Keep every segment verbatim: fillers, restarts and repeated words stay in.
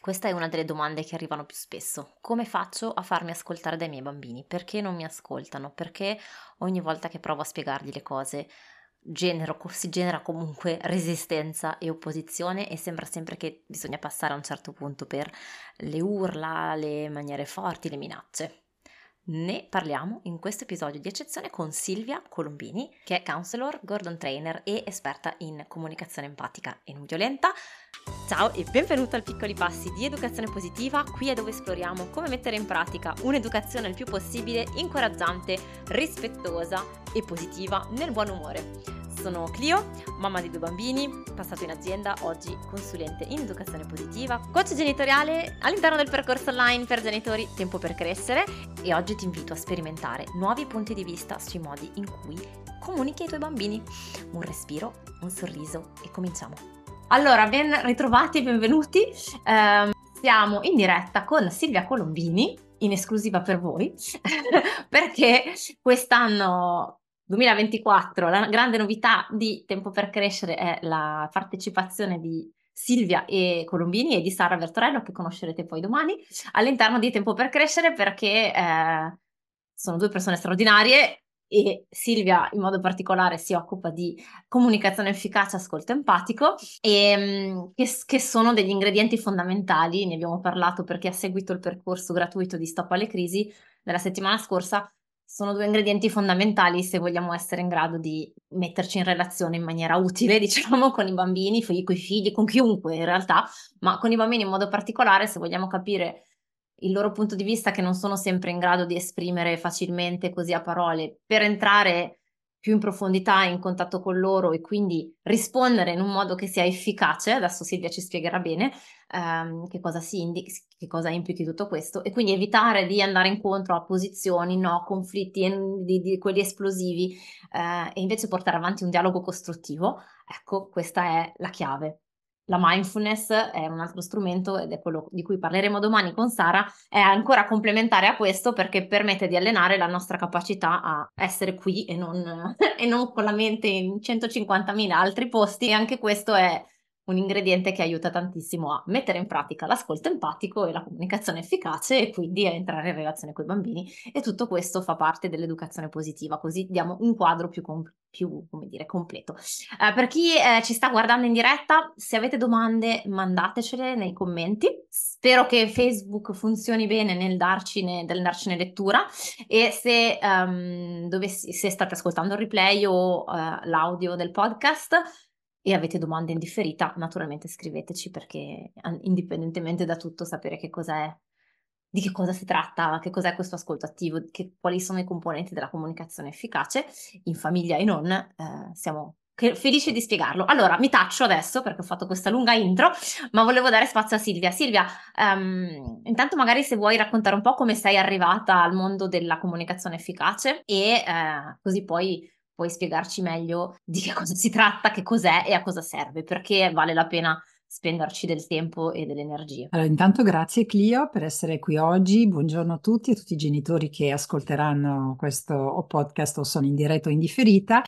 Questa è una delle domande che arrivano più spesso. Come faccio a farmi ascoltare dai miei bambini? Perché non mi ascoltano? Perché ogni volta che provo a spiegargli le cose genero, co- si genera comunque resistenza e opposizione e sembra sempre che bisogna passare a un certo punto per le urla, le maniere forti, le minacce. Ne parliamo in questo episodio di eccezione con Silvia Colombini, che è counselor, Gordon trainer e esperta in comunicazione empatica e non violenta. Ciao e benvenuta al Piccoli Passi di Educazione Positiva, qui è dove esploriamo come mettere in pratica un'educazione il più possibile incoraggiante, rispettosa e positiva nel buon umore. Sono Clio, mamma di due bambini, passato in azienda, oggi consulente in educazione positiva, coach genitoriale all'interno del percorso online per genitori Tempo per Crescere e oggi ti invito a sperimentare nuovi punti di vista sui modi in cui comunichi ai tuoi bambini. Un respiro, un sorriso e cominciamo. Allora, ben ritrovati e benvenuti. Eh, siamo in diretta con Silvia Colombini, in esclusiva per voi, perché quest'anno duemilaventiquattro la grande novità di Tempo per Crescere è la partecipazione di Silvia e Colombini e di Sara Vertorello, che conoscerete poi domani, all'interno di Tempo per Crescere, perché eh, sono due persone straordinarie e Silvia in modo particolare si occupa di comunicazione efficace, ascolto empatico e mm, che, che sono degli ingredienti fondamentali. Ne abbiamo parlato perché ha seguito il percorso gratuito di Stop alle crisi della settimana scorsa. Sono due ingredienti fondamentali se vogliamo essere in grado di metterci in relazione in maniera utile, diciamo, con i bambini, con i figli, con chiunque in realtà, ma con i bambini in modo particolare se vogliamo capire il loro punto di vista, che non sono sempre in grado di esprimere facilmente così a parole, per entrare più in profondità in contatto con loro e quindi rispondere in un modo che sia efficace. Adesso Silvia ci spiegherà bene ehm, che cosa si indica, che cosa implichi tutto questo, e quindi evitare di andare incontro a posizioni, no, conflitti eh, di, di quelli esplosivi eh, e invece portare avanti un dialogo costruttivo. Ecco, questa è la chiave. La mindfulness è un altro strumento ed è quello di cui parleremo domani con Sara, è ancora complementare a questo perché permette di allenare la nostra capacità a essere qui e non, e non con la mente in centocinquantamila altri posti, e anche questo è un ingrediente che aiuta tantissimo a mettere in pratica l'ascolto empatico e la comunicazione efficace e quindi a entrare in relazione con i bambini, e tutto questo fa parte dell'educazione positiva, così diamo un quadro più, com- più come dire, completo. Uh, per chi eh, ci sta guardando in diretta, se avete domande mandatecele nei commenti. Spero che Facebook funzioni bene nel darcene, nel darcene lettura, e se, um, dovessi, se state ascoltando il replay o uh, l'audio del podcast e avete domande in differita, naturalmente scriveteci, perché indipendentemente da tutto sapere che cos'è, di che cosa si tratta, che cos'è questo ascolto attivo, che, quali sono i componenti della comunicazione efficace in famiglia e non, eh, siamo felici di spiegarlo. Allora, mi taccio adesso perché ho fatto questa lunga intro, ma volevo dare spazio a Silvia. Silvia, um, intanto magari se vuoi raccontare un po' come sei arrivata al mondo della comunicazione efficace e eh, così poi puoi spiegarci meglio di che cosa si tratta, che cos'è e a cosa serve, perché vale la pena spenderci del tempo e delle energie. Allora, intanto grazie Clio per essere qui oggi. Buongiorno a tutti e a tutti i genitori che ascolteranno questo o podcast o sono in diretta o in differita,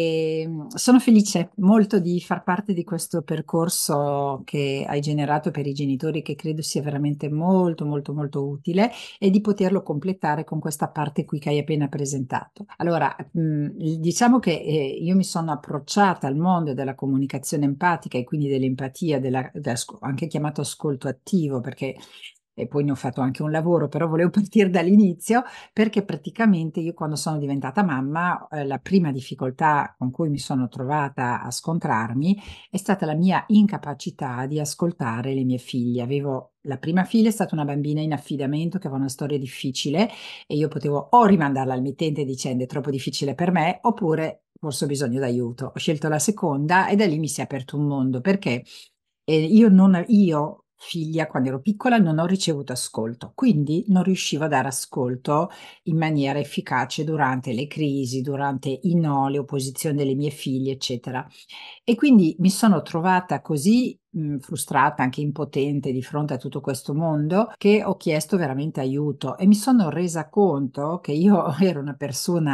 e mm, sono felice molto di far parte di questo percorso che hai generato per i genitori, che credo sia veramente molto molto molto utile, e di poterlo completare con questa parte qui che hai appena presentato. Allora, mh, diciamo che eh, io mi sono approcciata al mondo della comunicazione empatica e quindi dell'empatia, della, della, anche chiamato ascolto attivo, perché e poi ne ho fatto anche un lavoro, però volevo partire dall'inizio, perché praticamente io quando sono diventata mamma, eh, la prima difficoltà con cui mi sono trovata a scontrarmi è stata la mia incapacità di ascoltare le mie figlie. Avevo la prima figlia, è stata una bambina in affidamento che aveva una storia difficile e io potevo o rimandarla al mittente dicendo è troppo difficile per me, oppure forse ho bisogno d'aiuto. Ho scelto la seconda e da lì mi si è aperto un mondo, perché eh, io, non, io figlia, quando ero piccola, non ho ricevuto ascolto, quindi non riuscivo a dare ascolto in maniera efficace durante le crisi, durante i no, le opposizioni delle mie figlie, eccetera. E quindi mi sono trovata così mh, frustrata, anche impotente di fronte a tutto questo mondo, che ho chiesto veramente aiuto e mi sono resa conto che io ero una persona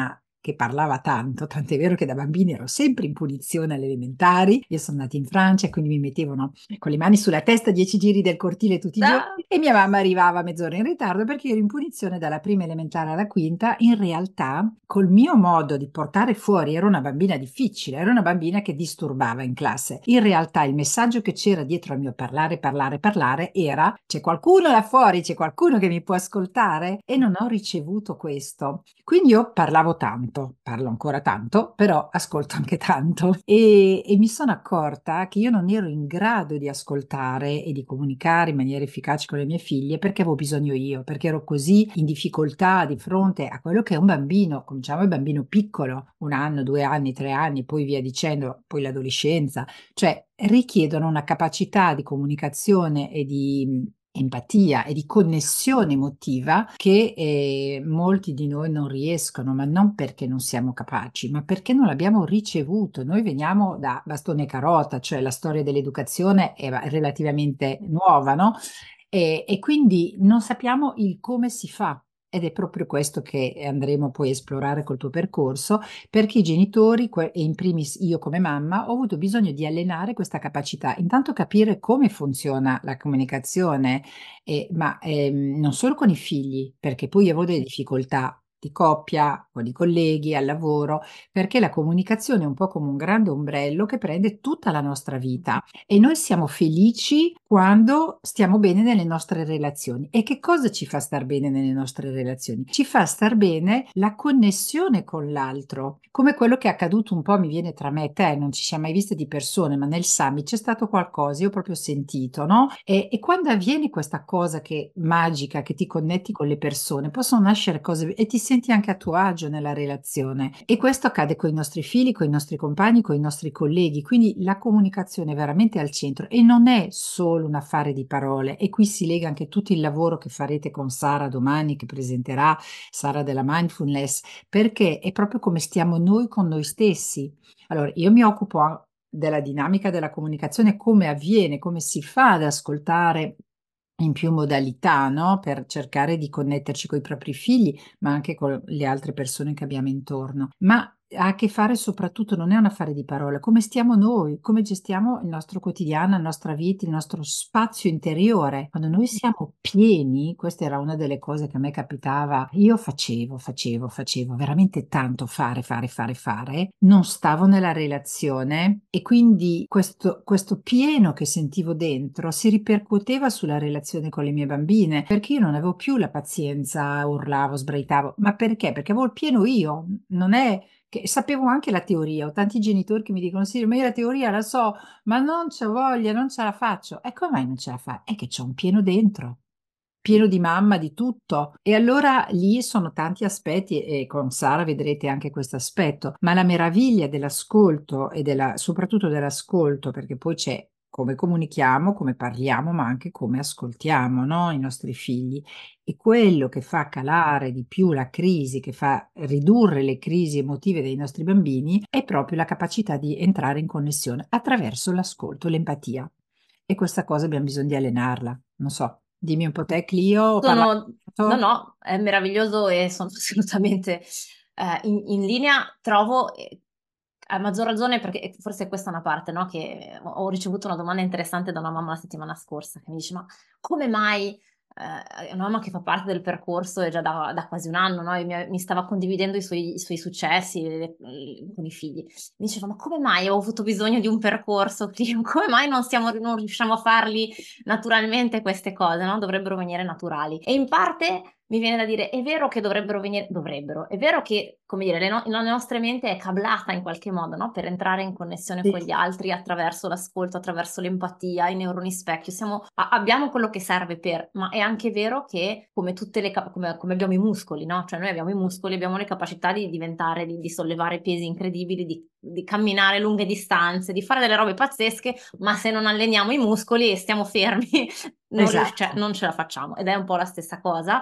che parlava tanto, tant'è vero che da bambini ero sempre in punizione alle elementari. Io sono nata in Francia e quindi mi mettevano con le mani sulla testa dieci giri del cortile tutti i giorni Ah, e mia mamma arrivava mezz'ora in ritardo perché ero in punizione dalla prima elementare alla quinta. In realtà, col mio modo di portare fuori, ero una bambina difficile, ero una bambina che disturbava in classe. In realtà il messaggio che c'era dietro al mio parlare, parlare, parlare era: c'è qualcuno là fuori, c'è qualcuno che mi può ascoltare? E non ho ricevuto questo. Quindi io parlavo tanto, parlo ancora tanto, però ascolto anche tanto e, e mi sono accorta che io non ero in grado di ascoltare e di comunicare in maniera efficace con le mie figlie perché avevo bisogno io, perché ero così in difficoltà di fronte a quello che è un bambino, cominciamo il bambino piccolo, un anno, due anni, tre anni, poi via dicendo, poi l'adolescenza, cioè richiedono una capacità di comunicazione e di empatia e di connessione emotiva che eh, molti di noi non riescono, ma non perché non siamo capaci, ma perché non l'abbiamo ricevuto. Noi veniamo da bastone e carota, cioè la storia dell'educazione è relativamente nuova, no? E, e quindi non sappiamo il come si fa. Ed è proprio questo che andremo poi a esplorare col tuo percorso, perché i genitori, que- e in primis io come mamma, ho avuto bisogno di allenare questa capacità, intanto capire come funziona la comunicazione, eh, ma ehm, non solo con i figli, perché poi io avevo delle difficoltà di coppia, con i colleghi, al lavoro, perché la comunicazione è un po' come un grande ombrello che prende tutta la nostra vita e noi siamo felici quando stiamo bene nelle nostre relazioni. E che cosa ci fa star bene nelle nostre relazioni? Ci fa star bene la connessione con l'altro, come quello che è accaduto un po', mi viene tra me e te, non ci siamo mai viste di persone, ma nel summit c'è stato qualcosa, io ho proprio sentito, no? E, e quando avviene questa cosa che magica, che ti connetti con le persone, possono nascere cose e ti senti anche a tuo agio nella relazione. E questo accade con i nostri figli, con i nostri compagni, con i nostri colleghi. Quindi la comunicazione è veramente al centro e non è solo un affare di parole. E qui si lega anche tutto il lavoro che farete con Sara domani, che presenterà Sara della Mindfulness, perché è proprio come stiamo noi con noi stessi. Allora, io mi occupo a- della dinamica della comunicazione, come avviene, come si fa ad ascoltare in più modalità, no? Per cercare di connetterci con i propri figli, ma anche con le altre persone che abbiamo intorno. Ma ha a che fare soprattutto, non è un affare di parole, come stiamo noi, come gestiamo il nostro quotidiano, la nostra vita, il nostro spazio interiore. Quando noi siamo pieni, questa era una delle cose che a me capitava, io facevo, facevo, facevo veramente tanto fare, fare, fare, fare, non stavo nella relazione e quindi questo, questo pieno che sentivo dentro si ripercuoteva sulla relazione con le mie bambine, perché io non avevo più la pazienza, urlavo, sbraitavo, ma perché? Perché avevo il pieno io, non è che sapevo anche la teoria, ho tanti genitori che mi dicono sì, ma io la teoria la so, ma non c'ho voglia, non ce la faccio. E come mai non ce la fai? È che c'ho un pieno dentro, pieno di mamma, di tutto. E allora lì sono tanti aspetti e con Sara vedrete anche questo aspetto, ma la meraviglia dell'ascolto e della, soprattutto dell'ascolto, perché poi c'è come comunichiamo, come parliamo, ma anche come ascoltiamo, no? I nostri figli. E quello che fa calare di più la crisi, che fa ridurre le crisi emotive dei nostri bambini, è proprio la capacità di entrare in connessione attraverso l'ascolto, l'empatia. E questa cosa abbiamo bisogno di allenarla. Non so, dimmi un po' te, Clio, ho sono, no, parlato? no, è meraviglioso e sono assolutamente eh, in, in linea. Trovo eh, a maggior ragione perché eh, forse questa è una parte, no, che ho ho ricevuto una domanda interessante da una mamma la settimana scorsa che mi dice: Ma come mai? Eh, è una mamma che fa parte del percorso e già da, da quasi un anno, no? E mi, mi stava condividendo i suoi, i suoi successi le- le- con i figli. Mi diceva: Ma come mai ho avuto bisogno di un percorso? Clio? Come mai non, stiamo, non riusciamo a farli naturalmente queste cose, no? Dovrebbero venire naturali. E in parte mi viene da dire, è vero che dovrebbero venire, dovrebbero, è vero che, come dire, le no- la nostra mente è cablata in qualche modo, no? Per entrare in connessione Sì, con gli altri attraverso l'ascolto, attraverso l'empatia, i neuroni specchio. Siamo, a- abbiamo quello che serve per, ma è anche vero che come tutte le, cap- come, come abbiamo i muscoli, no? Cioè noi abbiamo i muscoli, abbiamo le capacità di diventare, di, di sollevare pesi incredibili, di, di camminare lunghe distanze, di fare delle robe pazzesche, ma se non alleniamo i muscoli e stiamo fermi, non, rius- cioè, esatto. non ce la facciamo. Ed è un po' la stessa cosa,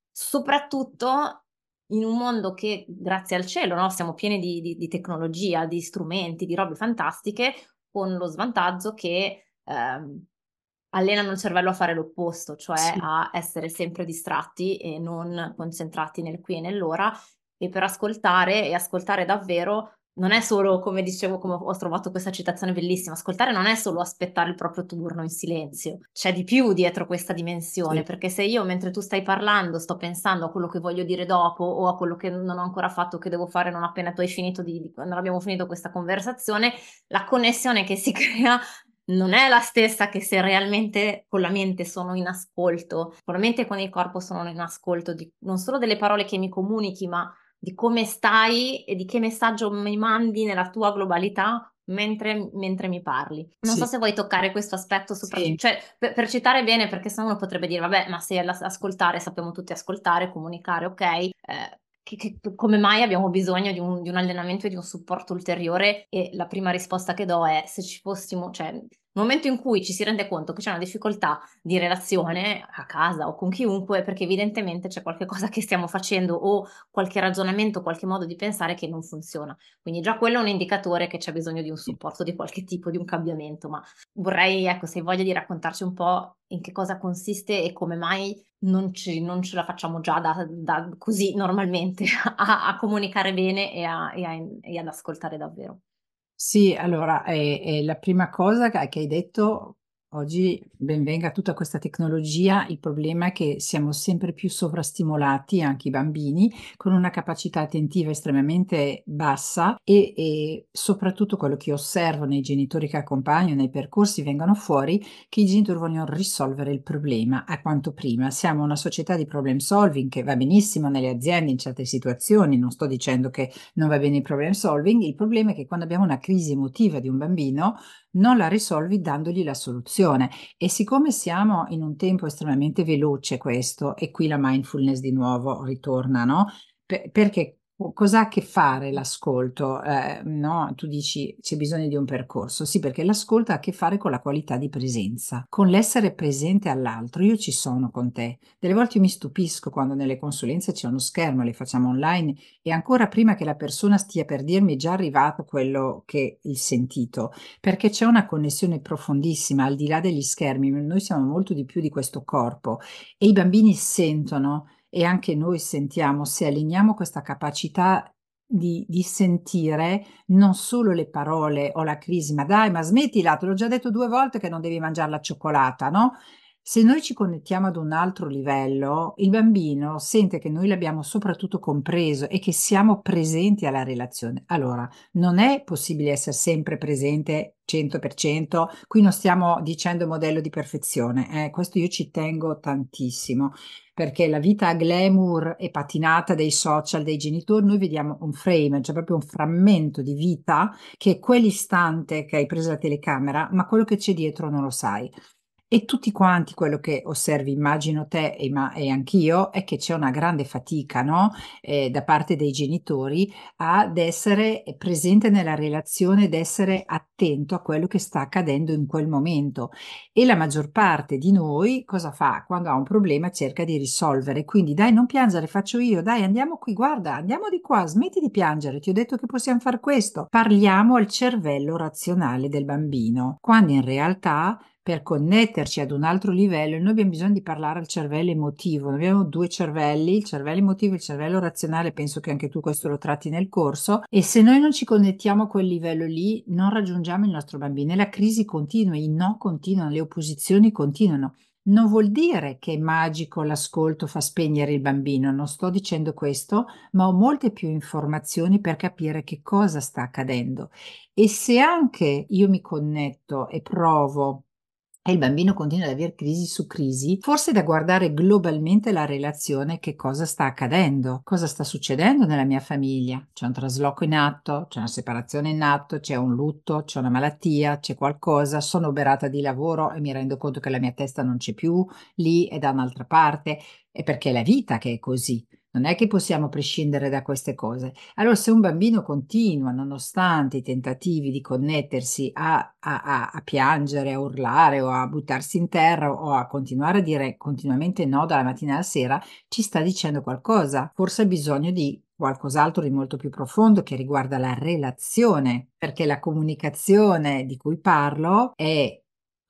soprattutto in un mondo che, grazie al cielo, no, siamo pieni di, di- di tecnologia, di strumenti, di robe fantastiche, con lo svantaggio che ehm, allenano il cervello a fare l'opposto, cioè Sì. a essere sempre distratti e non concentrati nel qui e nell'ora. E per ascoltare e ascoltare davvero non è solo, come dicevo, come ho trovato questa citazione bellissima, ascoltare non è solo aspettare il proprio turno in silenzio, c'è di più dietro questa dimensione, Sì. perché se io mentre tu stai parlando sto pensando a quello che voglio dire dopo o a quello che non ho ancora fatto, che devo fare non appena tu hai finito di, di non abbiamo finito questa conversazione, la connessione che si crea non è la stessa che se realmente con la mente sono in ascolto, con la mente e con il corpo sono in ascolto di, non solo delle parole che mi comunichi, ma di come stai e di che messaggio mi mandi nella tua globalità mentre, mentre mi parli. Non so Sì, se vuoi toccare questo aspetto soprattutto, sì. cioè per, per citare bene, perché se uno potrebbe dire, vabbè, ma se alla- ascoltare, sappiamo tutti ascoltare, comunicare, ok, eh, che- che- come mai abbiamo bisogno di un, di un allenamento e di un supporto ulteriore? E la prima risposta che do è se ci fossimo, cioè nel momento in cui ci si rende conto che c'è una difficoltà di relazione a casa o con chiunque, perché evidentemente c'è qualche cosa che stiamo facendo o qualche ragionamento, qualche modo di pensare che non funziona. Quindi già quello è un indicatore che c'è bisogno di un supporto di qualche tipo, di un cambiamento, ma vorrei, ecco, se hai voglia di raccontarci un po' in che cosa consiste e come mai non, ci, non ce la facciamo già da, da così normalmente a, a comunicare bene e, a, e, a, e ad ascoltare davvero. Sì, allora, eh, eh, la prima cosa che che hai detto, oggi ben venga tutta questa tecnologia, il problema è che siamo sempre più sovrastimolati, anche i bambini, con una capacità attentiva estremamente bassa e, e soprattutto quello che osservo nei genitori che accompagno, nei percorsi, vengono fuori che i genitori vogliono risolvere il problema a quanto prima. Siamo una società di problem solving che va benissimo nelle aziende in certe situazioni, non sto dicendo che non va bene il problem solving, il problema è che quando abbiamo una crisi emotiva di un bambino non la risolvi dandogli la soluzione e siccome siamo in un tempo estremamente veloce questo e qui la mindfulness di nuovo ritorna, no? Per- perché cosa ha a che fare l'ascolto? Eh, no, tu dici c'è bisogno di un percorso, sì, perché l'ascolto ha a che fare con la qualità di presenza, con l'essere presente all'altro. Io ci sono con te. Delle volte io mi stupisco quando nelle consulenze c'è uno schermo, le facciamo online e ancora prima che la persona stia per dirmi è già arrivato quello che il sentito, perché c'è una connessione profondissima al di là degli schermi, noi siamo molto di più di questo corpo e i bambini sentono e anche noi sentiamo se alleniamo questa capacità di, di sentire non solo le parole o la crisi, ma dai, ma smettila, te l'ho già detto due volte che non devi mangiare la cioccolata, no? Se noi ci connettiamo ad un altro livello, il bambino sente che noi l'abbiamo soprattutto compreso e che siamo presenti alla relazione. Allora, non è possibile essere sempre presente cento per cento, qui non stiamo dicendo modello di perfezione, eh, questo io ci tengo tantissimo, perché la vita a glamour e patinata dei social, dei genitori, noi vediamo un frame, cioè proprio un frammento di vita che è quell'istante che hai preso la telecamera, ma quello che c'è dietro non lo sai. E tutti quanti quello che osservi, immagino te e, ma, e anch'io, è che c'è una grande fatica, no? Eh, da parte dei genitori ad essere presente nella relazione, ed essere attento a quello che sta accadendo in quel momento. E la maggior parte di noi cosa fa? Quando ha un problema cerca di risolvere. Quindi dai, non piangere, faccio io, dai, andiamo qui, guarda, andiamo di qua, smetti di piangere, ti ho detto che possiamo fare questo. Parliamo al cervello razionale del bambino, quando in realtà per connetterci ad un altro livello, noi abbiamo bisogno di parlare al cervello emotivo. Noi abbiamo due cervelli, il cervello emotivo e il cervello razionale, penso che anche tu questo lo tratti nel corso, e se noi non ci connettiamo a quel livello lì, non raggiungiamo il nostro bambino e la crisi continua, i no continuano, le opposizioni continuano. Non vuol dire che è magico l'ascolto fa spegnere il bambino, non sto dicendo questo, ma ho molte più informazioni per capire che cosa sta accadendo. E se anche io mi connetto e provo e il bambino continua ad avere crisi su crisi, forse è da guardare globalmente la relazione, che cosa sta accadendo, cosa sta succedendo nella mia famiglia. C'è un trasloco in atto, c'è una separazione in atto, c'è un lutto, c'è una malattia, c'è qualcosa, sono oberata di lavoro e mi rendo conto che la mia testa non c'è più lì, è da un'altra parte, è perché è la vita che è così. Non è che possiamo prescindere da queste cose. Allora, se un bambino continua, nonostante i tentativi di connettersi, a, a- a- a piangere, a urlare o a buttarsi in terra o a continuare a dire continuamente no dalla mattina alla sera, ci sta dicendo qualcosa. Forse ha bisogno di qualcos'altro di molto più profondo che riguarda la relazione, perché la comunicazione di cui parlo è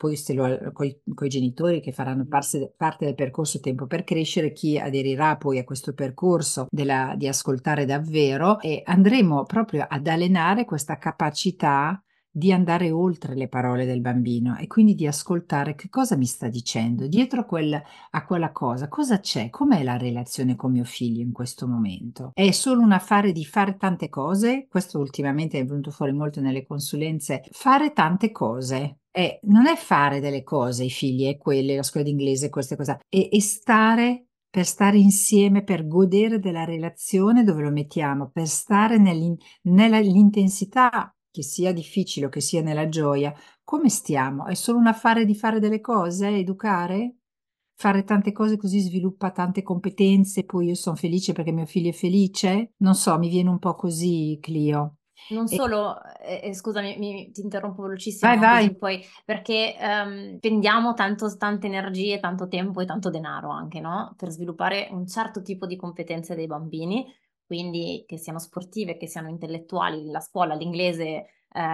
poi se lo, coi, coi genitori che faranno parte, parte del percorso Tempo per Crescere, chi aderirà poi a questo percorso della, di ascoltare davvero, e andremo proprio ad allenare questa capacità di andare oltre le parole del bambino e quindi di ascoltare che cosa mi sta dicendo dietro quel, a quella cosa, cosa c'è, com'è la relazione con mio figlio in questo momento. È solo un affare di fare tante cose, questo ultimamente è venuto fuori molto nelle consulenze, fare tante cose. E non è fare delle cose, i figli, è quelle, la scuola d'inglese, queste cose, e, e stare per stare insieme, per godere della relazione dove lo mettiamo, per stare nell'in- nell'intensità, che sia difficile o che sia nella gioia. Come stiamo? È solo un affare di fare delle cose, educare? Fare tante cose così sviluppa tante competenze, poi io sono felice perché mio figlio è felice? Non so, mi viene un po' così, Clio. Non E- solo, eh, eh, scusami, mi- ti interrompo vai, velocissimo, vai. così poi, perché ehm, spendiamo tanto, tante energie, tanto tempo e tanto denaro anche, no? Per sviluppare un certo tipo di competenze dei bambini, quindi che siano sportive, che siano intellettuali, la scuola, l'inglese,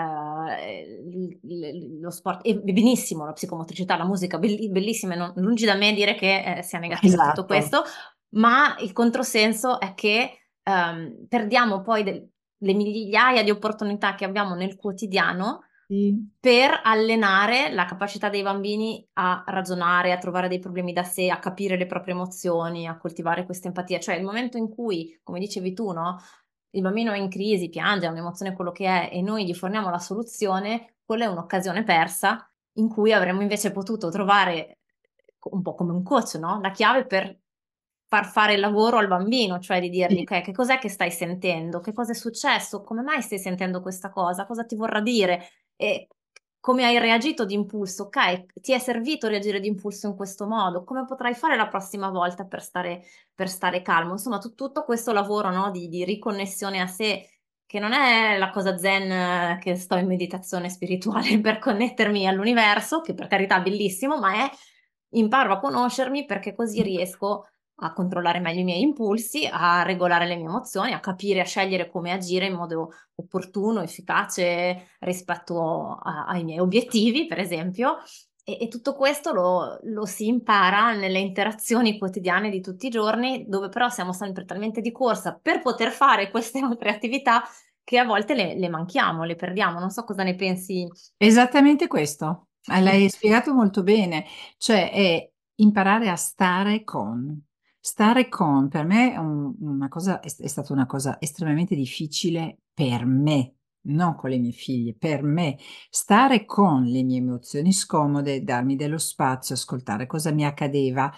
eh, l- l- lo sport, e benissimo, la psicomotricità, la musica, belli- bellissime, non- lungi da me dire che eh, sia negativo tutto Esatto. questo, ma il controsenso è che ehm, perdiamo poi del le migliaia di opportunità che abbiamo nel quotidiano Sì, per allenare la capacità dei bambini a ragionare, a trovare dei problemi da sé, a capire le proprie emozioni, a coltivare questa empatia. Cioè il momento in cui, come dicevi tu, no? Il bambino è in crisi, piange, ha un'emozione, quello che è, e noi gli forniamo la soluzione, quella è un'occasione persa in cui avremmo invece potuto trovare un po' come un coach, no? La chiave per far fare il lavoro al bambino, cioè di dirgli, sì. ok, che cos'è che stai sentendo? Che cosa è successo? Come mai stai sentendo questa cosa? Cosa ti vorrà dire? E come hai reagito d'impulso? Ok, ti è servito reagire d'impulso in questo modo? Come potrai fare la prossima volta per stare, per stare calmo? Insomma, tu- tutto questo lavoro, no, di, di riconnessione a sé, che non è la cosa zen eh, che sto in meditazione spirituale per connettermi all'universo, che per carità è bellissimo, ma è imparo a conoscermi perché così riesco a controllare meglio i miei impulsi, a regolare le mie emozioni, a capire, a scegliere come agire in modo opportuno, efficace rispetto a- ai miei obiettivi, per esempio. E, e tutto questo lo, lo si impara nelle interazioni quotidiane di tutti i giorni, dove però siamo sempre talmente di corsa per poter fare queste altre attività che a volte le, le manchiamo, le perdiamo. Non so cosa ne pensi. Esattamente questo. Eh, L'hai spiegato molto bene, cioè è imparare a stare con. Stare con, per me è, un- una cosa, è, è stata una cosa estremamente difficile per me, non con le mie figlie, per me. Stare con le mie emozioni scomode, darmi dello spazio, ascoltare cosa mi accadeva.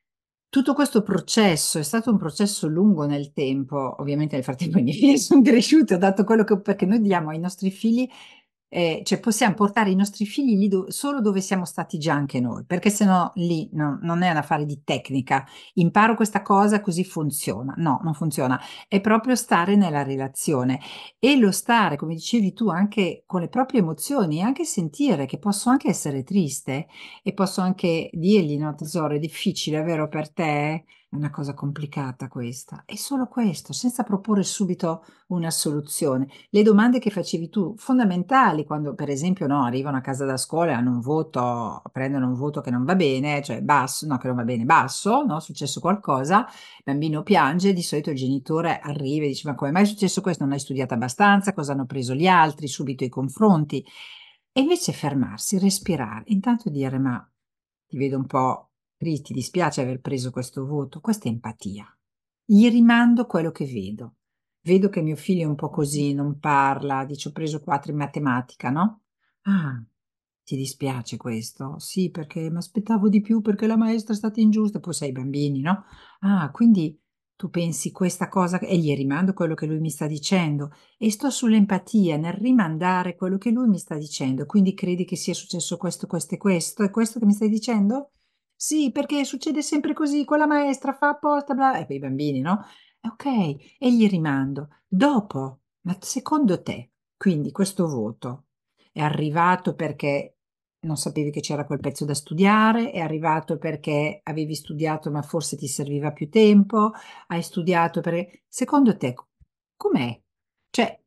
Tutto questo processo è stato un processo lungo nel tempo, ovviamente nel frattempo i miei figli sono cresciuti, ho dato quello che, perché noi diamo ai nostri figli, eh, cioè possiamo portare i nostri figli lì do- solo dove siamo stati già anche noi, perché sennò lì no- non è un affare di tecnica, imparo questa cosa così funziona, no, non funziona, è proprio stare nella relazione e lo stare, come dicevi tu, anche con le proprie emozioni, anche sentire che posso anche essere triste e posso anche dirgli, no, tesoro, è difficile, vero per te? È una cosa complicata questa. È solo questo, senza proporre subito una soluzione. Le domande che facevi tu, fondamentali, quando per esempio no, arrivano a casa da scuola e hanno un voto, prendono un voto che non va bene, cioè basso, no, che non va bene, basso, no, è successo qualcosa, il bambino piange, di solito il genitore arriva e dice, ma come mai è successo questo? Non hai studiato abbastanza? Cosa hanno preso gli altri? Subito i confronti. E invece fermarsi, respirare, intanto dire, ma ti vedo un po' triste, ti dispiace aver preso questo voto, questa è empatia. Gli rimando quello che vedo. Vedo che mio figlio è un po' così, non parla, dice ho preso quattro in matematica, no? Ah, ti dispiace questo? Sì, perché mi aspettavo di più perché la maestra è stata ingiusta, poi sei bambini, no? Ah, quindi tu pensi questa cosa e gli rimando quello che lui mi sta dicendo e sto sull'empatia nel rimandare quello che lui mi sta dicendo. Quindi credi che sia successo questo, questo e questo? È questo che mi stai dicendo? Sì, perché succede sempre così, quella maestra fa apposta, bla, e poi i bambini, no? Ok, e gli rimando. Dopo, ma secondo te, quindi questo voto è arrivato perché non sapevi che c'era quel pezzo da studiare, è arrivato perché avevi studiato ma forse ti serviva più tempo, hai studiato perché... Secondo te, com'è? Cioè,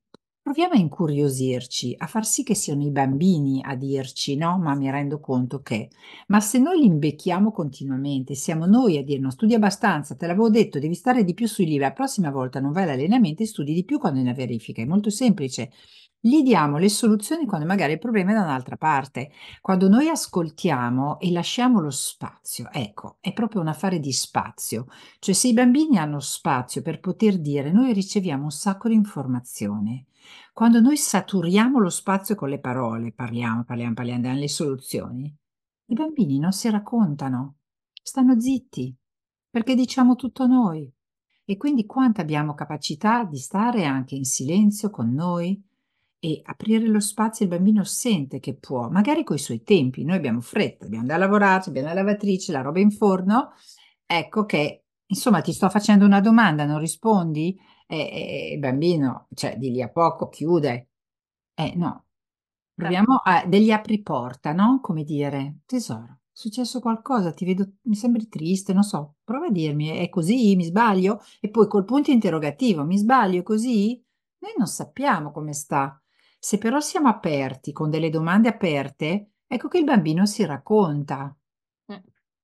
proviamo a incuriosirci, a far sì che siano i bambini a dirci: "No, ma mi rendo conto che". Ma se noi li imbecchiamo continuamente, siamo noi a dire: "Non studi abbastanza, te l'avevo detto, devi stare di più sui libri, la prossima volta non vai all'allenamento e studi di più quando hai una verifica". È molto semplice. Gli diamo le soluzioni quando magari il problema è da un'altra parte. Quando noi ascoltiamo e lasciamo lo spazio, ecco, è proprio un affare di spazio. Cioè, se i bambini hanno spazio per poter dire, noi riceviamo un sacco di informazione. Quando noi saturiamo lo spazio con le parole, parliamo, parliamo, parliamo, diamo le soluzioni, i bambini non si raccontano, stanno zitti, perché diciamo tutto noi. E quindi quanta abbiamo capacità di stare anche in silenzio con noi e aprire lo spazio, il bambino sente che può, magari coi suoi tempi. Noi abbiamo fretta, dobbiamo andare a lavorare, abbiamo la lavatrice, la roba in forno. Ecco che, insomma, ti sto facendo una domanda, non rispondi? E, e- il bambino, cioè, di lì a poco chiude. Eh, no, Certo. proviamo a degli apriporta, no? Come dire, tesoro, è successo qualcosa, ti vedo, mi sembri triste, non so, prova a dirmi, è così, mi sbaglio? E poi col punto interrogativo, mi sbaglio, è così? Noi non sappiamo come sta. Se però siamo aperti, con delle domande aperte, ecco che il bambino si racconta. Mm.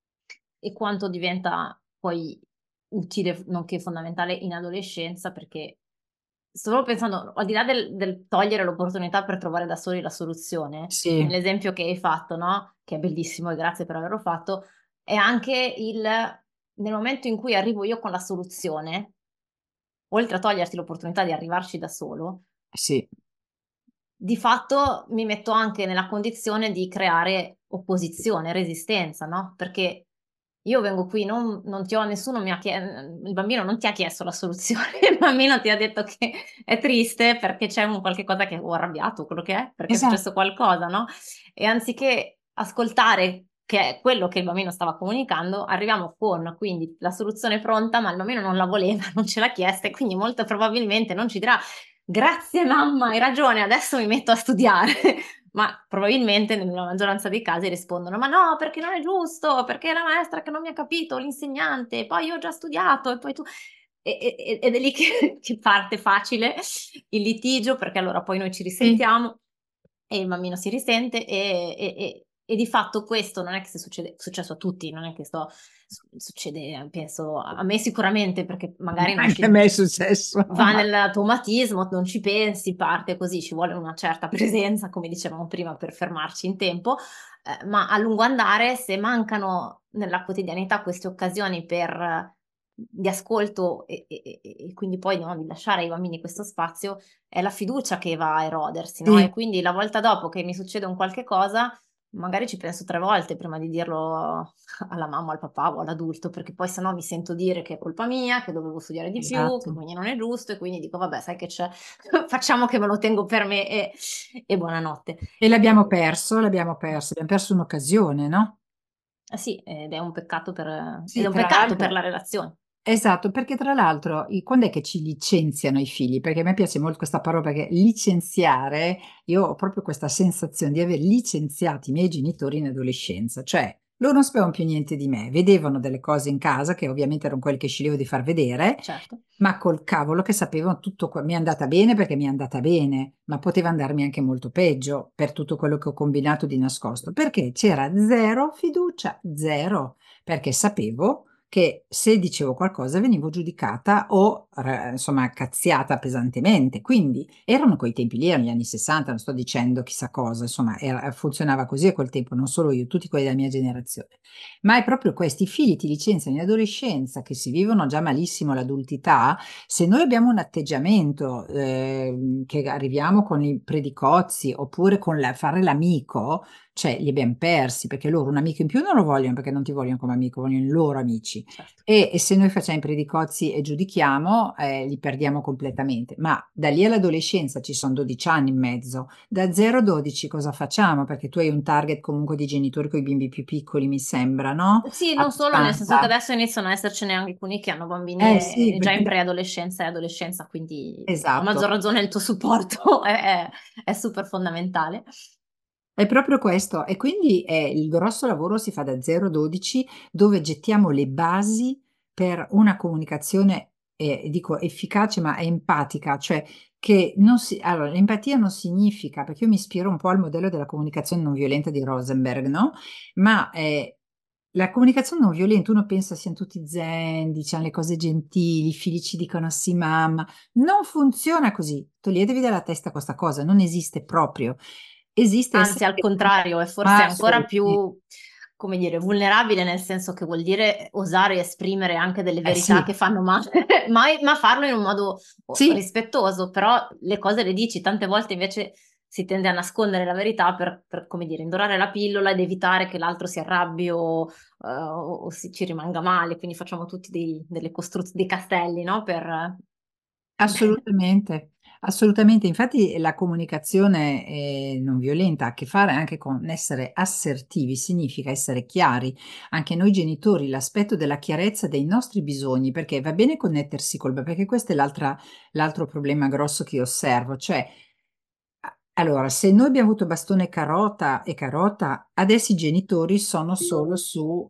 E quanto diventa poi utile, nonché fondamentale in adolescenza, perché stavo pensando, al di là del, del togliere l'opportunità per trovare da soli la soluzione, Sì, nell'esempio che hai fatto, no? Che è bellissimo e grazie per averlo fatto, è anche il, nel momento in cui arrivo io con la soluzione, oltre a toglierti l'opportunità di arrivarci da solo, sì, di fatto mi metto anche nella condizione di creare opposizione, resistenza, no? Perché io vengo qui, non, non ti ho, nessuno mi ha chiesto, il bambino non ti ha chiesto la soluzione, il bambino ti ha detto che è triste perché c'è un qualche cosa che ho arrabbiato, quello che è, perché è esatto, successo qualcosa, no? E anziché ascoltare che è quello che il bambino stava comunicando, arriviamo con quindi la soluzione pronta, ma il bambino non la voleva, non ce l'ha chiesta e quindi molto probabilmente non ci dirà grazie mamma, hai ragione, adesso mi metto a studiare. Ma probabilmente nella maggioranza dei casi rispondono: ma no, perché non è giusto, perché è la maestra che non mi ha capito, l'insegnante, poi io ho già studiato e poi tu. E- e- ed è lì che, che parte facile il litigio, perché allora poi noi ci sì, risentiamo e il bambino si risente e, e- e- e di fatto questo non è che se succede, è successo a tutti, non è che sto, su- succede, penso, a me sicuramente, perché magari non anche a ci me è successo. va nell'automatismo, non ci pensi, parte così, ci vuole una certa presenza, come dicevamo prima, per fermarci in tempo, eh, ma a lungo andare, se mancano nella quotidianità queste occasioni per, di ascolto e, e- e- e quindi poi no, di lasciare ai bambini questo spazio, è la fiducia che va a erodersi, no? E Sì, quindi la volta dopo che mi succede un qualche cosa, magari ci penso tre volte prima di dirlo alla mamma, al papà o all'adulto, perché poi sennò mi sento dire che è colpa mia, che dovevo studiare di più, che esatto. quindi non è giusto e quindi dico vabbè, sai che c'è, facciamo che me lo tengo per me e, e buonanotte. E l'abbiamo E- perso, l'abbiamo perso, abbiamo perso un'occasione, no? eh sì, ed è un peccato per, ed è Sì, un tra peccato per l'altro, la relazione. esatto, perché tra l'altro i- quando è che ci licenziano i figli? Perché a me piace molto questa parola perché licenziare, io ho proprio questa sensazione di aver licenziato i miei genitori in adolescenza, cioè loro non sapevano più niente di me, vedevano delle cose in casa che ovviamente erano quelle che sceglievo di far vedere, Certo. ma col cavolo che sapevano tutto, que- mi è andata bene perché mi è andata bene, ma poteva andarmi anche molto peggio per tutto quello che ho combinato di nascosto, perché c'era zero fiducia, zero, perché sapevo che se dicevo qualcosa venivo giudicata o eh, insomma cazziata pesantemente. Quindi erano quei tempi lì, erano gli anni sessanta, non sto dicendo chissà cosa, insomma era- funzionava così a quel tempo, non solo io, tutti quelli della mia generazione. Ma è proprio questi figli ti licenziano in adolescenza che si vivono già malissimo l'adultità. Se noi abbiamo un atteggiamento eh, che arriviamo con i predicozzi oppure con la- fare l'amico, cioè li abbiamo persi perché loro un amico in più non lo vogliono perché non ti vogliono come amico, vogliono i loro amici. Certo. E, e se noi facciamo i predicozzi e giudichiamo, eh, li perdiamo completamente. Ma da lì all'adolescenza ci sono dodici anni in mezzo. Da zero a dodici cosa facciamo? Perché tu hai un target comunque di genitori con i bimbi più piccoli, mi sembra, no? Sì, non solo, nel senso che Abbastanza. adesso iniziano a essercene anche alcuni che hanno bambini Eh e- sì, e già in perché preadolescenza e adolescenza, quindi a esatto. maggior ragione il tuo supporto è, è- è super fondamentale. È proprio questo, e quindi eh, il grosso lavoro si fa da zero a dodici, dove gettiamo le basi per una comunicazione, eh, dico efficace ma empatica, cioè che non si, allora, l'empatia non significa, perché io mi ispiro un po' al modello della comunicazione non violenta di Rosenberg, no? Ma eh, la comunicazione non violenta, uno pensa siano tutti zen, diciamo le cose gentili, i figli ci dicono sì mamma, non funziona così, toglietevi dalla testa questa cosa, non esiste proprio, esiste essere... Anzi, al contrario, è forse Ma ancora assolutamente, più, come dire, vulnerabile, nel senso che vuol dire osare esprimere anche delle eh verità che sì, fanno male, ma, ma farlo in un modo oh, sì, rispettoso, però le cose le dici, tante volte invece si tende a nascondere la verità per, per, come dire, indorare la pillola ed evitare che l'altro si arrabbi o, eh, o- o si, ci rimanga male, quindi facciamo tutti dei, delle costruzioni, dei castelli, no? Per... assolutamente, assolutamente. Infatti la comunicazione eh, non violenta ha a che fare anche con essere assertivi, significa essere chiari. Anche noi genitori, l'aspetto della chiarezza dei nostri bisogni, perché va bene connettersi col bambino, perché questo è l'altra- l'altro problema grosso che osservo, cioè a- allora, se noi abbiamo avuto bastone e carota e carota, adesso i genitori sono solo su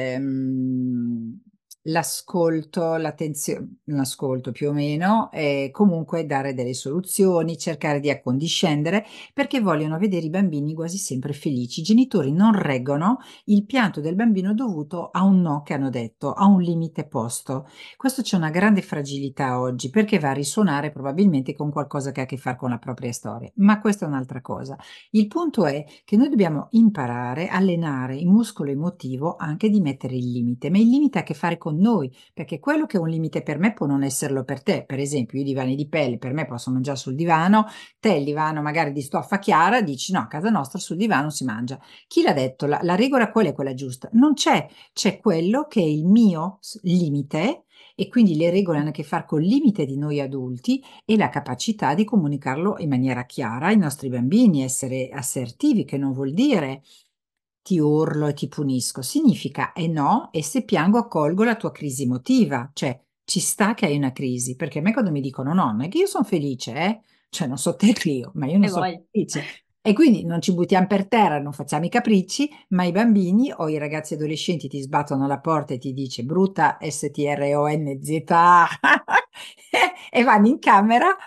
ehm, l'ascolto, l'attenzione, l'ascolto più o meno, e comunque dare delle soluzioni, cercare di accondiscendere, perché vogliono vedere i bambini quasi sempre felici. I genitori non reggono il pianto del bambino dovuto a un no che hanno detto, a un limite posto. Questo c'è una grande fragilità oggi perché va a risuonare probabilmente con qualcosa che ha a che fare con la propria storia, ma questa è un'altra cosa. Il punto è che noi dobbiamo imparare, allenare il muscolo emotivo anche di mettere il limite, ma il limite ha a che fare con noi, perché quello che è un limite per me può non esserlo per te. Per esempio, i divani di pelle per me posso mangiare sul divano, te il divano magari di stoffa chiara, dici no, a casa nostra sul divano si mangia. Chi l'ha detto? La, la regola qual è quella giusta? Non c'è, c'è quello che è il mio s- limite e quindi le regole hanno a che fare col limite di noi adulti e la capacità di comunicarlo in maniera chiara ai nostri bambini, essere assertivi, che non vuol dire ti urlo e ti punisco, significa è no e se piango accolgo la tua crisi emotiva, cioè ci sta che hai una crisi, perché a me quando mi dicono no, non è che io sono felice, eh? Cioè non so te Clio, ma io non E sono poi... felice. E quindi non ci buttiamo per terra, non facciamo i capricci, ma i bambini o i ragazzi adolescenti ti sbattono la porta e ti dice brutta S T R O N Z e vanno in camera,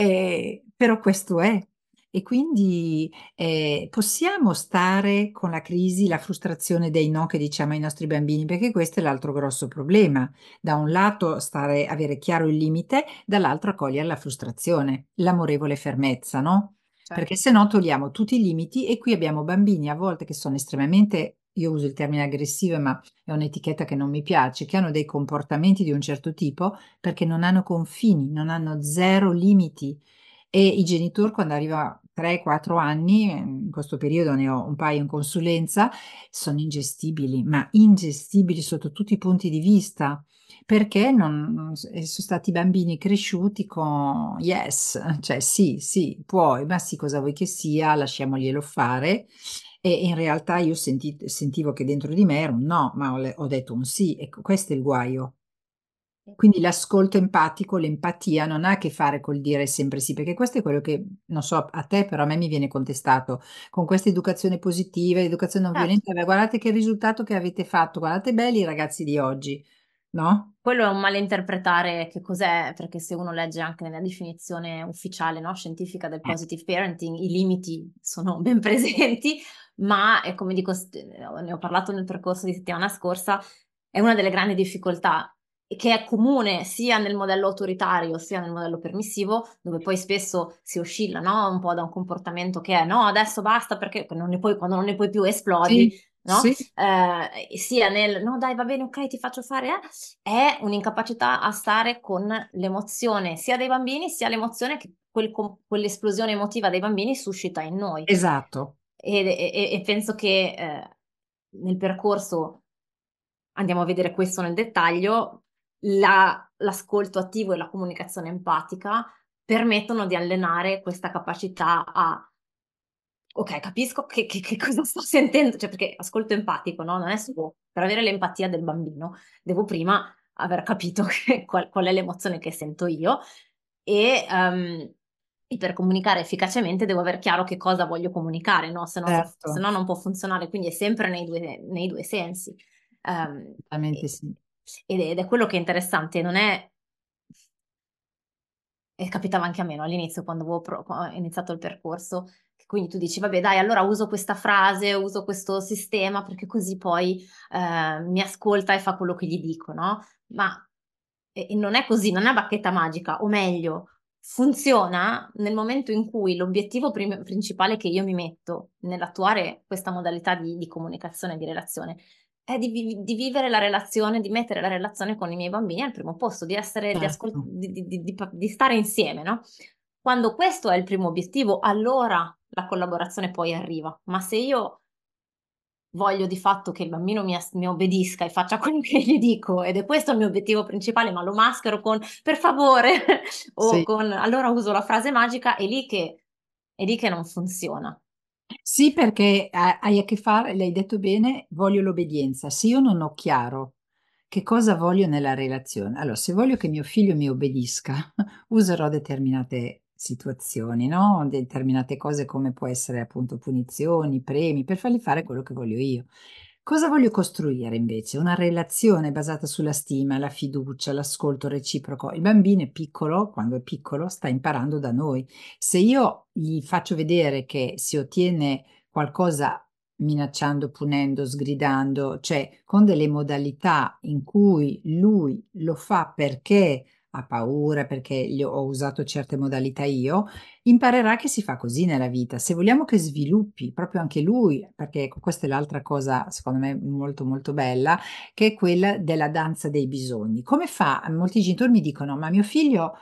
eh, però questo è. E quindi eh, possiamo stare con la crisi, la frustrazione dei no che diciamo ai nostri bambini, perché questo è l'altro grosso problema. Da un lato stare, avere chiaro il limite, dall'altro accogliere la frustrazione, l'amorevole fermezza, no? Perché Certo. se no togliamo tutti i limiti e qui abbiamo bambini a volte che sono estremamente, io uso il termine aggressive, ma è un'etichetta che non mi piace, che hanno dei comportamenti di un certo tipo perché non hanno confini, non hanno zero limiti. E i genitori, quando arriva tre quattro anni, in questo periodo ne ho un paio in consulenza, sono ingestibili, ma ingestibili sotto tutti i punti di vista, perché non, non- sono stati bambini cresciuti con yes, cioè sì, sì, puoi, ma sì, cosa vuoi che sia, lasciamoglielo fare. E in realtà io senti- sentivo che dentro di me era un no, ma ho, le- ho detto un sì, ecco, questo è il guaio. Quindi l'ascolto empatico, l'empatia non ha a che fare col dire sempre sì, perché questo è quello che, non so a te, però a me mi viene contestato con questa educazione positiva, educazione non Certo. violenta. Beh, guardate che risultato che avete fatto, guardate belli i ragazzi di oggi, no? Quello è un malinterpretare che cos'è, perché se uno legge anche nella definizione ufficiale, no, scientifica del Eh, positive parenting, i limiti sono ben presenti, ma è come dico, st- ne ho parlato nel percorso di settimana scorsa, è una delle grandi difficoltà e che è comune sia nel modello autoritario sia nel modello permissivo, dove poi spesso si oscilla, no, un po' da un comportamento che è no, adesso basta perché non ne puoi, quando non ne puoi più esplodi, sì, no? sì, Eh, sia nel no, dai, va bene, ok, ti faccio fare, eh, è un'incapacità a stare con l'emozione sia dei bambini sia l'emozione che quel- quell'esplosione emotiva dei bambini suscita in noi. esatto. Ed- E, e- e penso che eh, nel percorso andiamo a vedere questo nel dettaglio, la- l'ascolto attivo e la comunicazione empatica permettono di allenare questa capacità a ok, capisco che, che- che cosa sto sentendo, cioè perché ascolto empatico, no? Non è solo per avere l'empatia del bambino, devo prima aver capito che- qual, qual è l'emozione che sento io e, ehm, e per comunicare efficacemente devo aver chiaro che cosa voglio comunicare, no? Se no, non, se Certo, no non può funzionare, quindi è sempre nei due, nei due sensi. Ehm, assolutamente e- sì. ed è, ed è quello che è interessante, non è E capitava anche a me, no, all'inizio quando avevo pro qua ho iniziato il percorso, che quindi tu dici: "Vabbè dai, allora uso questa frase, uso questo sistema perché così poi, ehm, mi ascolta e fa quello che gli dico", no, ma e e non è così, non è a bacchetta magica, o meglio, funziona nel momento in cui l'obiettivo prim principale che io mi metto nell'attuare questa modalità di di comunicazione e di relazione è di vi di vivere la relazione, di mettere la relazione con i miei bambini al primo posto, di essere di ascol Certo. di di di di pa di stare insieme, no, quando questo è il primo obiettivo, allora la collaborazione poi arriva. Ma se io voglio di fatto che il bambino mi as mi obbedisca e faccia quello che gli dico, ed è questo il mio obiettivo principale, ma lo maschero con: "Per favore" o Sì. con allora uso la frase magica, è lì che è lì che non funziona. Sì, perché ha hai a che fare, l'hai detto bene, voglio l'obbedienza. Se io non ho chiaro che cosa voglio nella relazione, allora se voglio che mio figlio mi obbedisca, userò determinate situazioni, no, determinate cose come può essere appunto punizioni, premi, per fargli fare quello che voglio io. Cosa voglio costruire invece? Una relazione basata sulla stima, la fiducia, l'ascolto reciproco. Il bambino è piccolo, quando è piccolo, sta imparando da noi. Se io gli faccio vedere che si ottiene qualcosa minacciando, punendo, sgridando, cioè con delle modalità in cui lui lo fa perché ha paura, perché gli ho usato certe modalità io, imparerà che si fa così nella vita. Se vogliamo che sviluppi proprio anche lui, perché ecco, questa è l'altra cosa secondo me molto molto bella, che è quella della danza dei bisogni. Come fa? Molti genitori mi dicono: "Ma mio figlio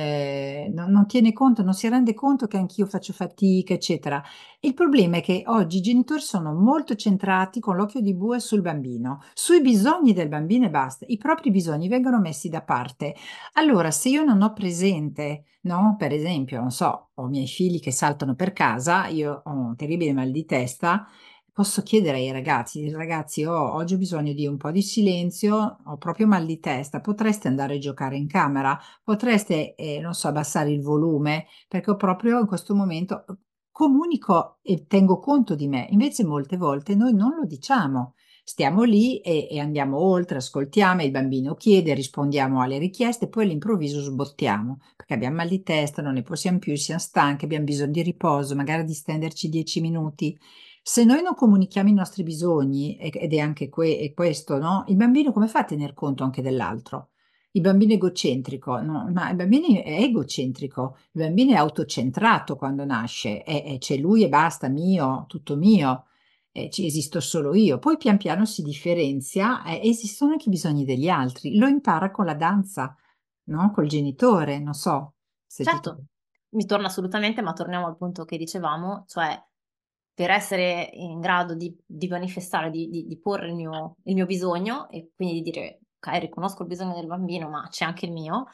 ehm, non non tiene conto, non si rende conto che anch'io faccio fatica, eccetera". Il problema è che oggi i genitori sono molto centrati con l'occhio di bue sul bambino, sui bisogni del bambino e basta. I propri bisogni vengono messi da parte. Allora, se io non ho presente, no, per esempio, non so, ho i miei figli che saltano per casa, io ho un terribile mal di testa, posso chiedere ai ragazzi: "Ragazzi, ho oggi ho bisogno di un po' di silenzio, ho proprio mal di testa, potreste andare a giocare in camera? Potreste, ehm, non so, abbassare il volume? Perché ho proprio in questo momento", uhm, comunico e tengo conto di me. Invece molte volte noi non lo diciamo. Stiamo lì e e andiamo oltre, ascoltiamo, il bambino chiede, rispondiamo alle richieste, poi all'improvviso sbottiamo, perché abbiam mal di testa, non ne possiam più, siam stanchi, abbiam bisogno di riposo, magari di stenderci dieci minuti. Se noi non comunichiamo i nostri bisogni, e ed è anche que è questo, no, il bambino come fa a tener conto anche dell'altro? Il bambino egocentrico, no, ma il bambino è egocentrico, il bambino è autocentrato quando nasce, e e c'è lui e basta, mio, tutto mio, e ci esisto solo io. Poi pian piano si differenzia, e esistono anche i bisogni degli altri. Lo impara con la danza, no, col genitore, non so se ti to Certo, mi torna assolutamente, ma torniamo al punto che dicevamo, cioè per essere in grado di di manifestare, di di di porre il mio il mio bisogno e quindi di dire: "Okay, riconosco il bisogno del bambino, ma c'è anche il mio",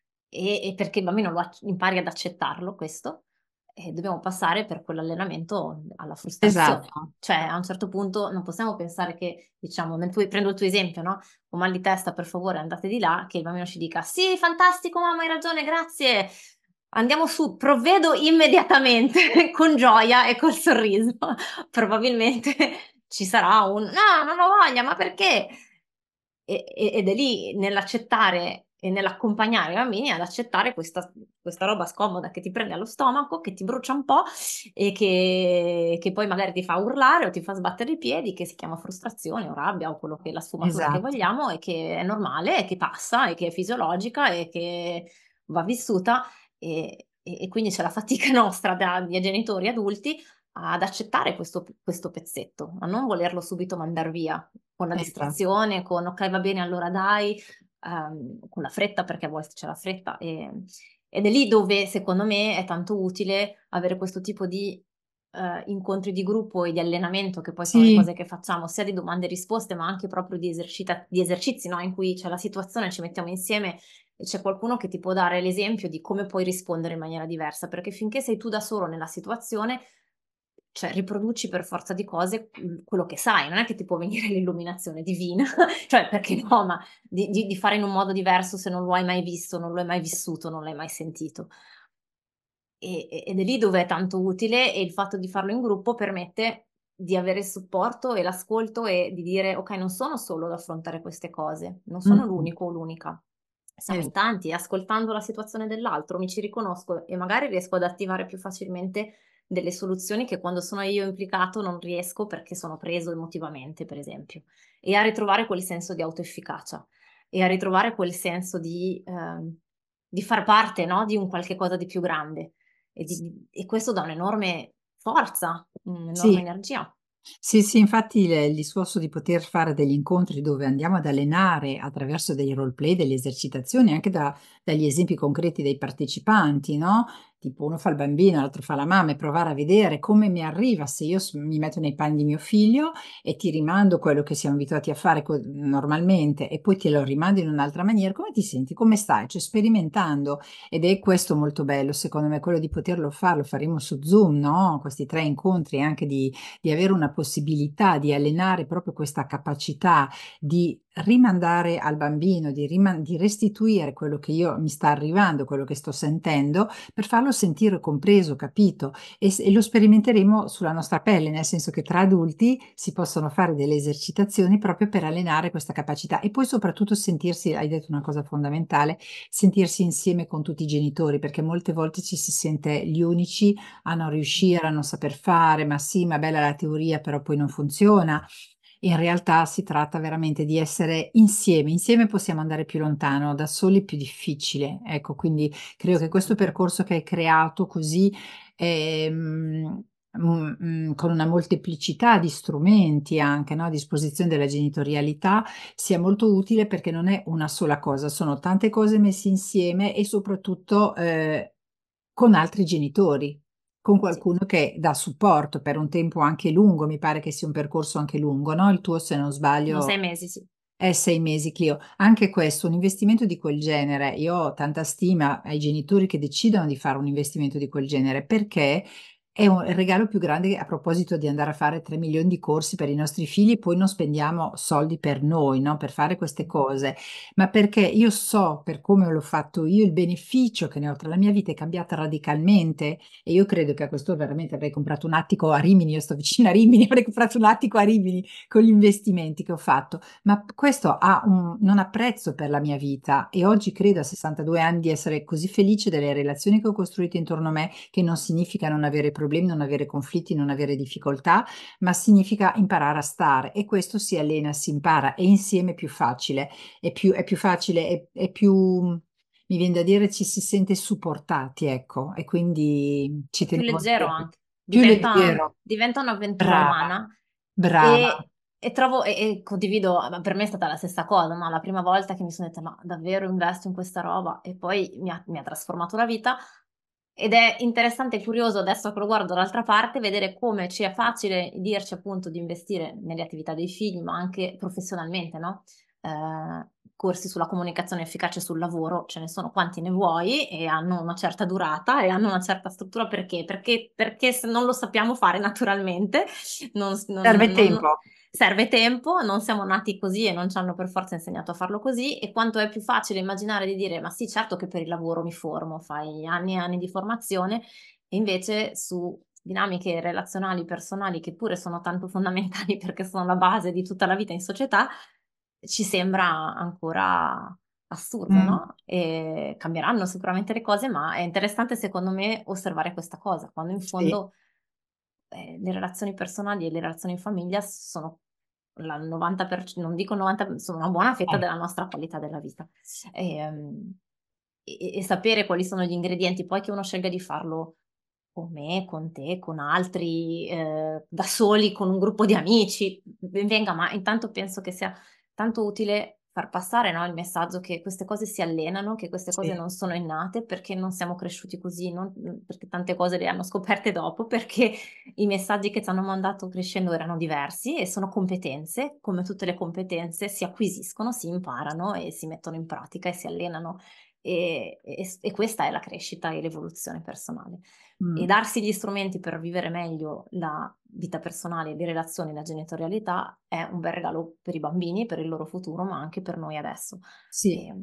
e e perché il bambino lo acc impari ad accettarlo questo, eh, dobbiamo passare per quell'allenamento alla frustrazione. esatto, Cioè, a un certo punto non possiamo pensare che, diciamo, nel tuo prendo il tuo esempio, no, "Ho mal di testa, per favore andate di là", che il bambino ci dica: "Sì, fantastico mamma, hai ragione, grazie, andiamo su, provvedo immediatamente", con gioia e col sorriso. Probabilmente ci sarà un: "No, non ho voglia, ma perché?" E e ed è lì nell'accettare e nell'accompagnare i bambini ad accettare questa questa roba scomoda che ti prende allo stomaco, che ti brucia un po' e che che poi magari ti fa urlare o ti fa sbattere i piedi, che si chiama frustrazione o rabbia o quello che la sfumatura che esatto. vogliamo e che è normale e che passa e che è fisiologica e che va vissuta, e e e quindi c'è la fatica nostra da di genitori adulti ad accettare questo p questo pezzetto, a non volerlo subito mandar via con la Esatto. distrazione, con: "Okay, va bene, allora dai", uhm, con la fretta, perché a volte c'è la fretta, ehm, ed è lì dove secondo me è tanto utile avere questo tipo di, uhm, incontri di gruppo e di allenamento, che poi sono le Sì. cose che facciamo, sia di domande e risposte, ma anche proprio di esercita di esercizi, no, in cui c'è la situazione, ci mettiamo insieme e c'è qualcuno che ti può dare l'esempio di come puoi rispondere in maniera diversa, perché finché sei tu da solo nella situazione, cioè riproduci per forza di cose, mhmm, quello che sai, non è che ti può venire l'illuminazione divina, cioè perché no, ma di di di fare in un modo diverso se non lo hai mai visto, non lo hai mai vissuto, non l'hai mai sentito. E e ed è lì dove è tanto utile, e il fatto di farlo in gruppo permette di avere il supporto e l'ascolto e di dire: "Okay, non sono solo ad affrontare queste cose, non sono Mh-mh. l'unico o l'unica". siamo Es in tanti e ascoltando la situazione dell'altro mi ci riconosco e magari riesco ad attivare più facilmente delle soluzioni che quando sono io implicato non riesco perché sono preso emotivamente, per esempio, e a ritrovare quel senso di autoefficacia e a ritrovare quel senso di, ehm, di far parte, no, di un qualche cosa di più grande e di di e questo dà un'enorme forza, un'enorme Sì. energia. Sì, sì, infatti il il discorso di poter fare degli incontri dove andiamo ad allenare attraverso dei role play, delle esercitazioni, anche da dagli esempi concreti dei partecipanti, no, tipo uno fa il bambino, l'altro fa la mamma e provare a vedere come mi arriva se io s mi metto nei panni di mio figlio e ti rimando quello che siamo abituati a fare co normalmente e poi te lo rimando in un'altra maniera, come ti senti? Come stai? Cioè sperimentando ed è questo molto bello secondo me, quello di poterlo fare, lo faremo su Zoom, no, questi tre incontri anche di di avere una possibilità di allenare proprio questa capacità di rimandare al bambino, di riman di restituire quello che io mi sta arrivando, quello che sto sentendo, per farlo sentire compreso, capito e s e lo sperimenteremo sulla nostra pelle, nel senso che tra adulti si possono fare delle esercitazioni proprio per allenare questa capacità e poi soprattutto sentirsi hai detto una cosa fondamentale, sentirsi insieme con tutti i genitori, perché molte volte ci si sente gli unici a non riuscire, a non saper fare, ma sì, ma bella la teoria, però poi non funziona. In realtà si tratta veramente di essere insieme, insieme possiamo andare più lontano, da soli è più difficile. Ecco, quindi credo che questo percorso che hai creato così, ehm, mhmm, mhmm, con una molteplicità di strumenti anche, no, a disposizione della genitorialità, sia molto utile perché non è una sola cosa, sono tante cose messe insieme e soprattutto, ehm, con altri genitori, con Sì, qualcuno che dà supporto per un tempo anche lungo, mi pare che sia un percorso anche lungo, no, il tuo se non sono sbaglio sei mesi, sì. è sei mesi, Clio. Anche questo, un investimento di quel genere, io ho tanta stima ai genitori che decidono di fare un investimento di quel genere, perché è un il regalo più grande a proposito di andare a fare tre milioni di corsi per i nostri figli e poi non spendiamo soldi per noi, no, per fare queste cose, ma perché io so, per come l'ho fatto io, il beneficio che ne ho tra la mia vita è cambiata radicalmente e io credo che a questo veramente avrei comprato un attico a Rimini, io sto vicino a Rimini, avrei comprato un attico a Rimini con gli investimenti che ho fatto. Ma p questo ha un non ha prezzo per la mia vita e oggi credo a sessantadue anni di essere così felice delle relazioni che ho costruito intorno a me, che non significa non avere problemi, non avere conflitti, non avere difficoltà, ma significa imparare a stare e questo si allena, si impara e insieme è più facile. È più è più facile, è è più mi vien da dire ci si sente supportati, ecco, e quindi ci È più tenevo a leggero dirlo. anche, Più diventa leggero. diventa un'avventura Brava, umana brava. e e trovo e e condivido ma per me è stata la stessa cosa, no, la prima volta che mi sono detta: "Ma davvero investo in questa roba?" E poi mi ha mi ha trasformato la vita ed è interessante e curioso adesso che lo guardo dall'altra parte, vedere come ci è facile dirci appunto di investire nelle attività dei figli, ma anche professionalmente, no, ehm, corsi sulla comunicazione efficace sul lavoro, ce ne sono quanti ne vuoi e hanno una certa durata e hanno una certa struttura perché? Perché perché se non lo sappiamo fare naturalmente, non s non Serve non tempo. no serve tempo, non siamo nati così e non ci hanno per forza insegnato a farlo così e quanto è più facile immaginare di dire: "Ma sì, certo che per il lavoro mi formo", fai anni e anni di formazione e invece su dinamiche relazionali, personali, che pure sono tanto fondamentali perché sono la base di tutta la vita in società, ci sembra ancora assurdo, Mh, no, ehm, cambieranno sicuramente le cose, ma è interessante secondo me osservare questa cosa, quando in sì, fondo, ehm, le relazioni personali e le relazioni in famiglia sono la novanta per c non dico novanta, sono una buona fetta eh, della nostra qualità della vita. Ehm, e e e sapere quali sono gli ingredienti, poi che uno scelga di farlo con me, con te, con altri, ehm, da soli, con un gruppo di amici, ben venga, ma intanto penso che sia tanto utile far passare, no, il messaggio che queste cose si allenano, che queste cose sì, non sono innate, perché non siamo cresciuti così, non mhmm, perché tante cose le hanno scoperte dopo, perché i messaggi che ci hanno mandato crescendo erano diversi e sono competenze, come tutte le competenze si acquisiscono, si imparano e si mettono in pratica e si allenano. E e s e questa è la crescita e l'evoluzione personale. E mh, darsi gli strumenti per vivere meglio la vita personale, le relazioni, la genitorialità è un bel regalo per i bambini, per il loro futuro, ma anche per noi adesso. sì. Ehm,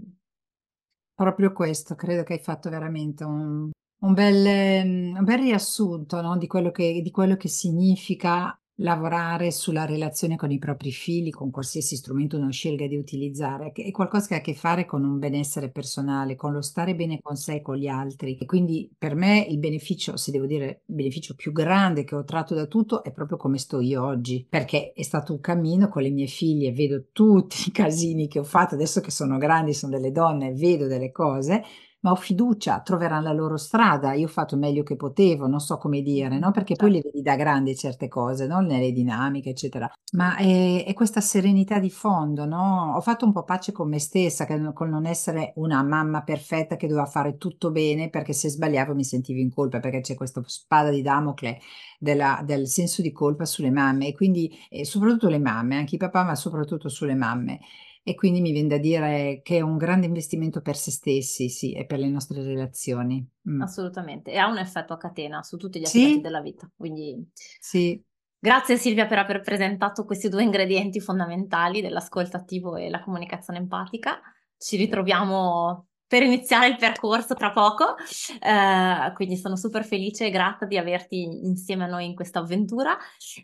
Proprio questo, credo che hai fatto veramente un un bel mhmm, un bel riassunto, no, di quello che di quello che significa lavorare sulla relazione con i propri figli, con qualsiasi strumento uno scelga di utilizzare, che è qualcosa che ha a che fare con un benessere personale, con lo stare bene con sé e con gli altri. E quindi per me il beneficio, se devo dire il beneficio più grande che ho tratto da tutto, è proprio come sto io oggi, perché è stato un cammino con le mie figlie, vedo tutti i casini che ho fatto, adesso che sono grandi, sono delle donne, vedo delle cose, ma ho fiducia, troveran la loro strada. Io ho fatto il meglio che potevo, non so come dire, Mh-mh, no, perché poi le certo. vedi da grande certe cose, no, nelle dinamiche, eccetera. Ma è è questa serenità di fondo, no, ho fatto un po' pace con me stessa, che no col non essere una mamma perfetta che doveva fare tutto bene, perché se sbagliavo mi sentivo in colpa, perché c'è questo spada di Damocle della del senso di colpa sulle mamme e quindi e soprattutto le mamme, anche i papà, ma soprattutto sulle mamme. E quindi mi vien da dire che è un grande investimento per se stessi, sì, e per le nostre relazioni. Mh. Assolutamente, e ha un effetto a catena su tutti gli aspetti Sì, della vita. Quindi sì, grazie Silvia per aver presentato questi due ingredienti fondamentali dell'ascolto attivo e la comunicazione empatica. Ci ritroviamo per iniziare il percorso tra poco, ehm, quindi sono super felice e grata di averti insieme a noi in questa avventura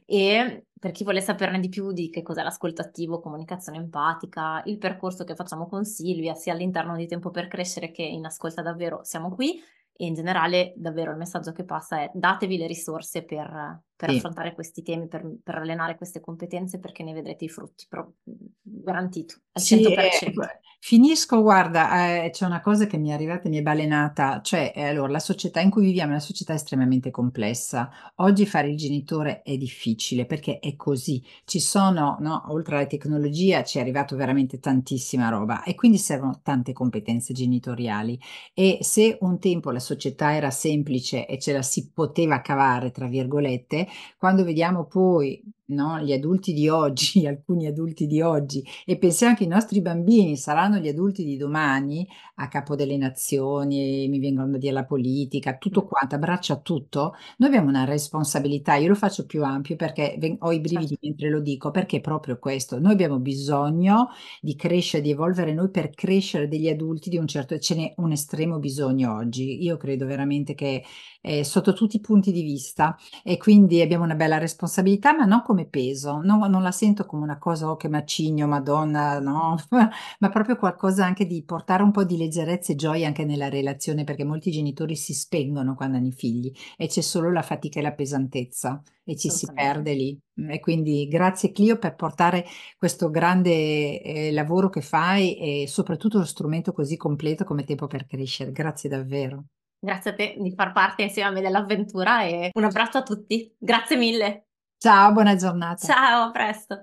e per chi vuole saperne di più di che cos'è l'ascolto attivo, comunicazione empatica, il percorso che facciamo con Silvia, sia all'interno di Tempo per Crescere che in Ascolta Davvero, siamo qui e in generale davvero il messaggio che passa è: datevi le risorse per per sì. affrontare questi temi, per per allenare queste competenze, perché ne vedrete i frutti pro mhmm, garantito al Sì, ehm, gu cento per cento. finisco guarda, ehm, c'è una cosa che mi è arrivata e mi è balenata, cioè, ehm, allora la società in cui viviamo è una società estremamente complessa. Oggi fare il genitore è difficile perché è così. Ci sono, no, oltre alla tecnologia ci è arrivato veramente tantissima roba e quindi servono tante competenze genitoriali e se un tempo la società era semplice e ce la si "poteva cavare" tra virgolette, quando vediamo poi, no, gli adulti di oggi, alcuni adulti di oggi e pensiamo che i nostri bambini saranno gli adulti di domani, a capo delle nazioni, mi vengono da dire la politica, Mh, tutto quanto, abbraccia tutto. Noi abbiamo una responsabilità, io lo faccio più ampio perché ven ho i brividi certo, mentre lo dico, perché è proprio questo. Noi abbiamo bisogno di crescere, di evolvere noi per crescere degli adulti di un certo ce n'è un estremo bisogno oggi. Io credo veramente che, ehm, sotto tutti i punti di vista e quindi abbiamo una bella responsabilità, ma non come peso, no non la sento come una cosa: "Oh che macigno, Madonna", no, ma proprio qualcosa anche di portare un po' di leggerezza e gioia anche nella relazione, perché molti genitori si spengono quando hanno i figli e c'è solo la fatica e la pesantezza e ci si assolutamente. perde lì. Mhmm, e quindi grazie Clio per portare questo grande, ehm, lavoro che fai e soprattutto lo strumento così completo come Tempo per Crescere. Grazie davvero. Grazie a te di far parte insieme a me dell'avventura e un abbraccio a tutti. Grazie mille. Ciao, buona giornata. Ciao, a presto.